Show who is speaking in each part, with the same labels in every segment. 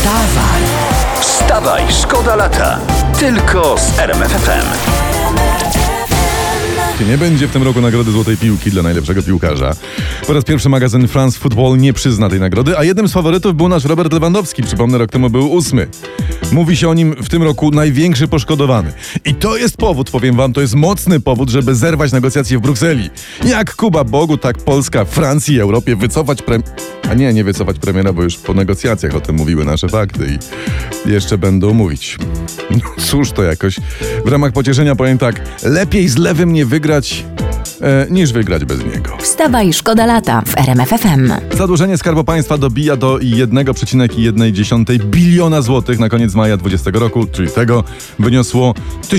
Speaker 1: Wstawaj!
Speaker 2: Wstawaj, szkoda lata. Tylko z RMF FM.
Speaker 3: Nie będzie w tym roku nagrody Złotej Piłki dla najlepszego piłkarza. Po raz pierwszy magazyn France Football nie przyzna tej nagrody, a jednym z faworytów był nasz Robert Lewandowski. Przypomnę, rok temu był 8. Mówi się o nim w tym roku największy poszkodowany. I to jest powód, powiem wam, to jest mocny powód, żeby zerwać negocjacje w Brukseli. Jak Kuba Bogu, tak Polska, Francji i Europie wycofać nie wycofać premiera, bo już po negocjacjach o tym mówiły nasze fakty i jeszcze będą mówić. No cóż to jakoś. W ramach pocieszenia powiem tak, lepiej z lewym nie wygrać niż wygrać bez niego.
Speaker 1: Wstawaj, szkoda lata w RMF FM.
Speaker 3: Zadłużenie Skarbu Państwa dobija do 1,1 biliona złotych na koniec maja 2020 roku, czyli tego wyniosło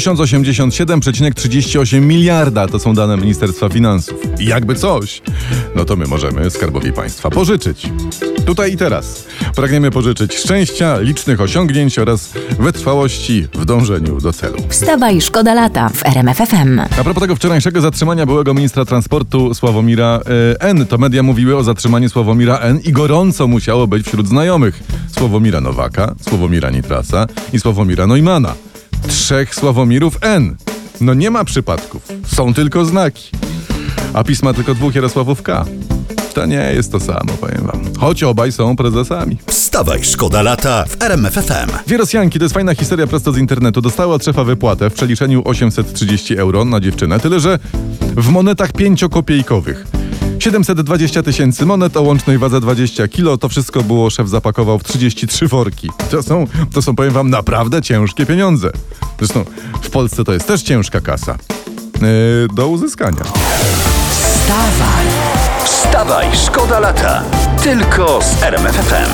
Speaker 3: 1087,38 miliarda. To są dane Ministerstwa Finansów. I jakby coś, no to my możemy Skarbowi Państwa pożyczyć. Tutaj i teraz. Pragniemy pożyczyć szczęścia, licznych osiągnięć oraz wytrwałości w dążeniu do celu.
Speaker 1: Wstawaj, szkoda lata w RMF FM.
Speaker 3: A propos tego wczorajszego zatrzymania byłego ministra transportu Sławomira N. To media mówiły o zatrzymaniu Sławomira N. i gorąco musiało być wśród znajomych. Sławomira Nowaka, Sławomira Nitrasa i Sławomira Neumana. 3 Sławomirów N. No nie ma przypadków. Są tylko znaki. A pisma tylko 2 Jarosławów K. To nie jest to samo, powiem wam. Choć obaj są prezesami.
Speaker 2: Wstawaj, szkoda lata w RMF FM.
Speaker 3: 2 Rosjanki, to jest fajna historia prosto z internetu, dostały od szefa wypłatę w przeliczeniu 830 euro na dziewczynę, tyle że w monetach 5-kopiejkowych. 720 000 monet o łącznej wadze 20 kilo, to wszystko szef zapakował w 33 worki. To są, powiem wam, naprawdę ciężkie pieniądze. Zresztą w Polsce to jest też ciężka kasa. Do uzyskania.
Speaker 1: Wstawaj!
Speaker 2: Wstawaj, szkoda lata. Tylko z RMF FM.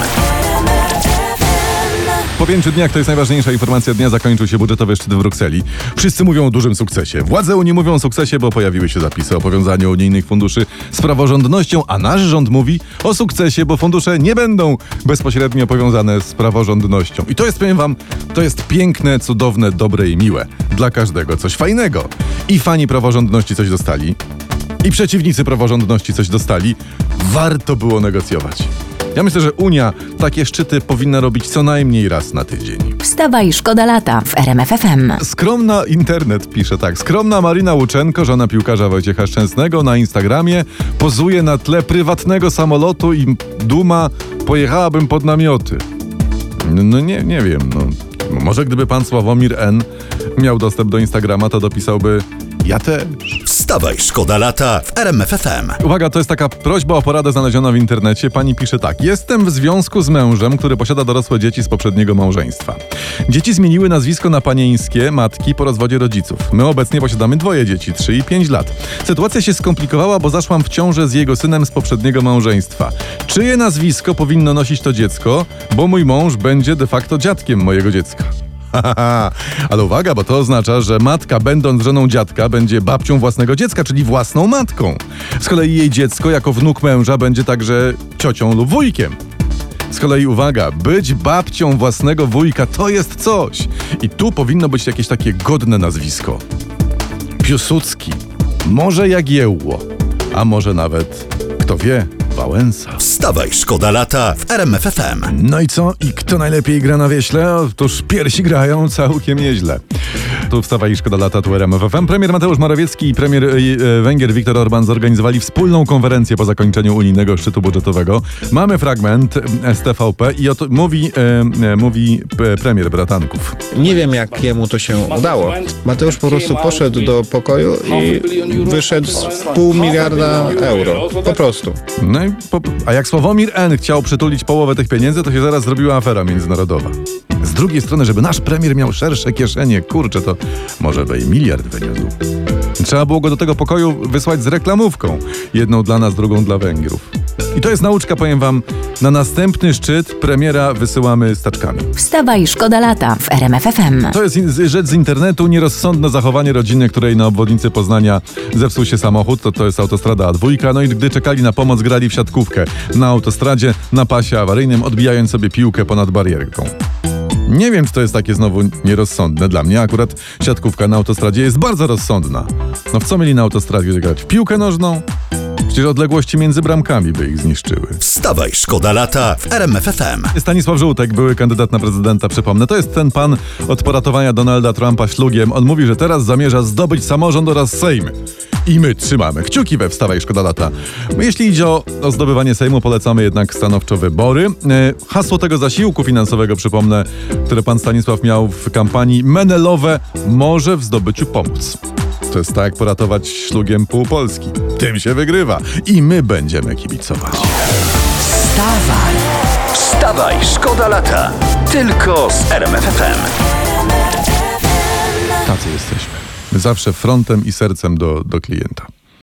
Speaker 3: Po 5 dniach, to jest najważniejsza informacja dnia, zakończył się budżetowy szczyt w Brukseli. Wszyscy mówią o dużym sukcesie. Władze Unii mówią o sukcesie, bo pojawiły się zapisy o powiązaniu unijnych funduszy z praworządnością, a nasz rząd mówi o sukcesie, bo fundusze nie będą bezpośrednio powiązane z praworządnością. I to jest, powiem wam, to jest piękne, cudowne, dobre i miłe. Dla każdego coś fajnego. I fani praworządności coś dostali, i przeciwnicy praworządności coś dostali. Warto było negocjować. Ja myślę, że Unia takie szczyty powinna robić co najmniej raz na tydzień.
Speaker 1: Wstawaj, szkoda lata w RMF FM.
Speaker 3: Skromna internet pisze tak. Skromna Marina Łuczenko, żona piłkarza Wojciecha Szczęsnego, na Instagramie pozuje na tle prywatnego samolotu i duma: pojechałabym pod namioty. No nie wiem, no. Może gdyby pan Sławomir N. miał dostęp do Instagrama, to dopisałby: ja też.
Speaker 2: Wstawaj, szkoda lata w RMF FM.
Speaker 3: Uwaga, to jest taka prośba o poradę znaleziona w internecie. Pani pisze tak. Jestem w związku z mężem, który posiada dorosłe dzieci z poprzedniego małżeństwa. Dzieci zmieniły nazwisko na panieńskie matki po rozwodzie rodziców. My obecnie posiadamy 2 dzieci, 3 i 5 lat. Sytuacja się skomplikowała, bo zaszłam w ciążę z jego synem z poprzedniego małżeństwa. Czyje nazwisko powinno nosić to dziecko, bo mój mąż będzie de facto dziadkiem mojego dziecka. Ale uwaga, bo to oznacza, że matka, będąc żoną dziadka, będzie babcią własnego dziecka, czyli własną matką. Z kolei jej dziecko, jako wnuk męża, będzie także ciocią lub wujkiem. Z kolei uwaga, być babcią własnego wujka to jest coś. I tu powinno być jakieś takie godne nazwisko. Piłsudski, może Jagiełło, a może nawet, kto wie, Wałęsa.
Speaker 2: Wstawaj, szkoda lata w RMF FM.
Speaker 3: No i co? I kto najlepiej gra na wieśle? Otóż piersi grają całkiem nieźle. Tu Wstawaj i szkoda lata, tu RMF FM. Premier Mateusz Morawiecki i premier Węgier Viktor Orbán zorganizowali wspólną konferencję po zakończeniu unijnego szczytu budżetowego. Mamy fragment z TVP i oto mówi premier bratanków.
Speaker 4: Nie wiem, jak jemu to się udało. Mateusz po prostu poszedł do pokoju i wyszedł z 0,5 miliarda euro. Po prostu.
Speaker 3: No i a jak Sławomir N. chciał przytulić połowę tych pieniędzy, to się zaraz zrobiła afera międzynarodowa. Z drugiej strony, żeby nasz premier miał szersze kieszenie, kurczę, to może by i miliard wyniósł. Trzeba było go do tego pokoju wysłać z reklamówką. Jedną dla nas, drugą dla Węgrów. I to jest nauczka, powiem wam, na następny szczyt premiera wysyłamy staczkami.
Speaker 1: Wstawaj, szkoda lata w RMF FM.
Speaker 3: To jest rzecz z internetu, nierozsądne zachowanie rodziny, której na obwodnicy Poznania zepsuł się samochód, to jest autostrada A2, no i gdy czekali na pomoc, grali w siatkówkę na autostradzie, na pasie awaryjnym, odbijając sobie piłkę ponad barierką. Nie wiem, czy to jest takie znowu nierozsądne. Dla mnie akurat siatkówka na autostradzie jest bardzo rozsądna. No w co mieli na autostradzie grać? W piłkę nożną? Przecież odległości między bramkami by ich zniszczyły.
Speaker 2: Wstawaj, szkoda lata w RMF FM.
Speaker 3: Stanisław Żółtek, były kandydat na prezydenta, przypomnę. To jest ten pan od poratowania Donalda Trumpa szlugiem. On mówi, że teraz zamierza zdobyć samorząd oraz Sejm. I my trzymamy kciuki we Wstawaj, szkoda lata. Jeśli idzie o zdobywanie Sejmu, polecamy jednak stanowczo wybory. Hasło tego zasiłku finansowego, przypomnę, które pan Stanisław miał w kampanii: Menelowe może w zdobyciu pomóc. To jest tak jak poratować szlugiem pół Polski. Tym się wygrywa. I my będziemy kibicować.
Speaker 1: Wstawaj!
Speaker 2: Wstawaj, szkoda lata. Tylko z RMF FM.
Speaker 3: Tacy jesteśmy. My zawsze frontem i sercem do klienta.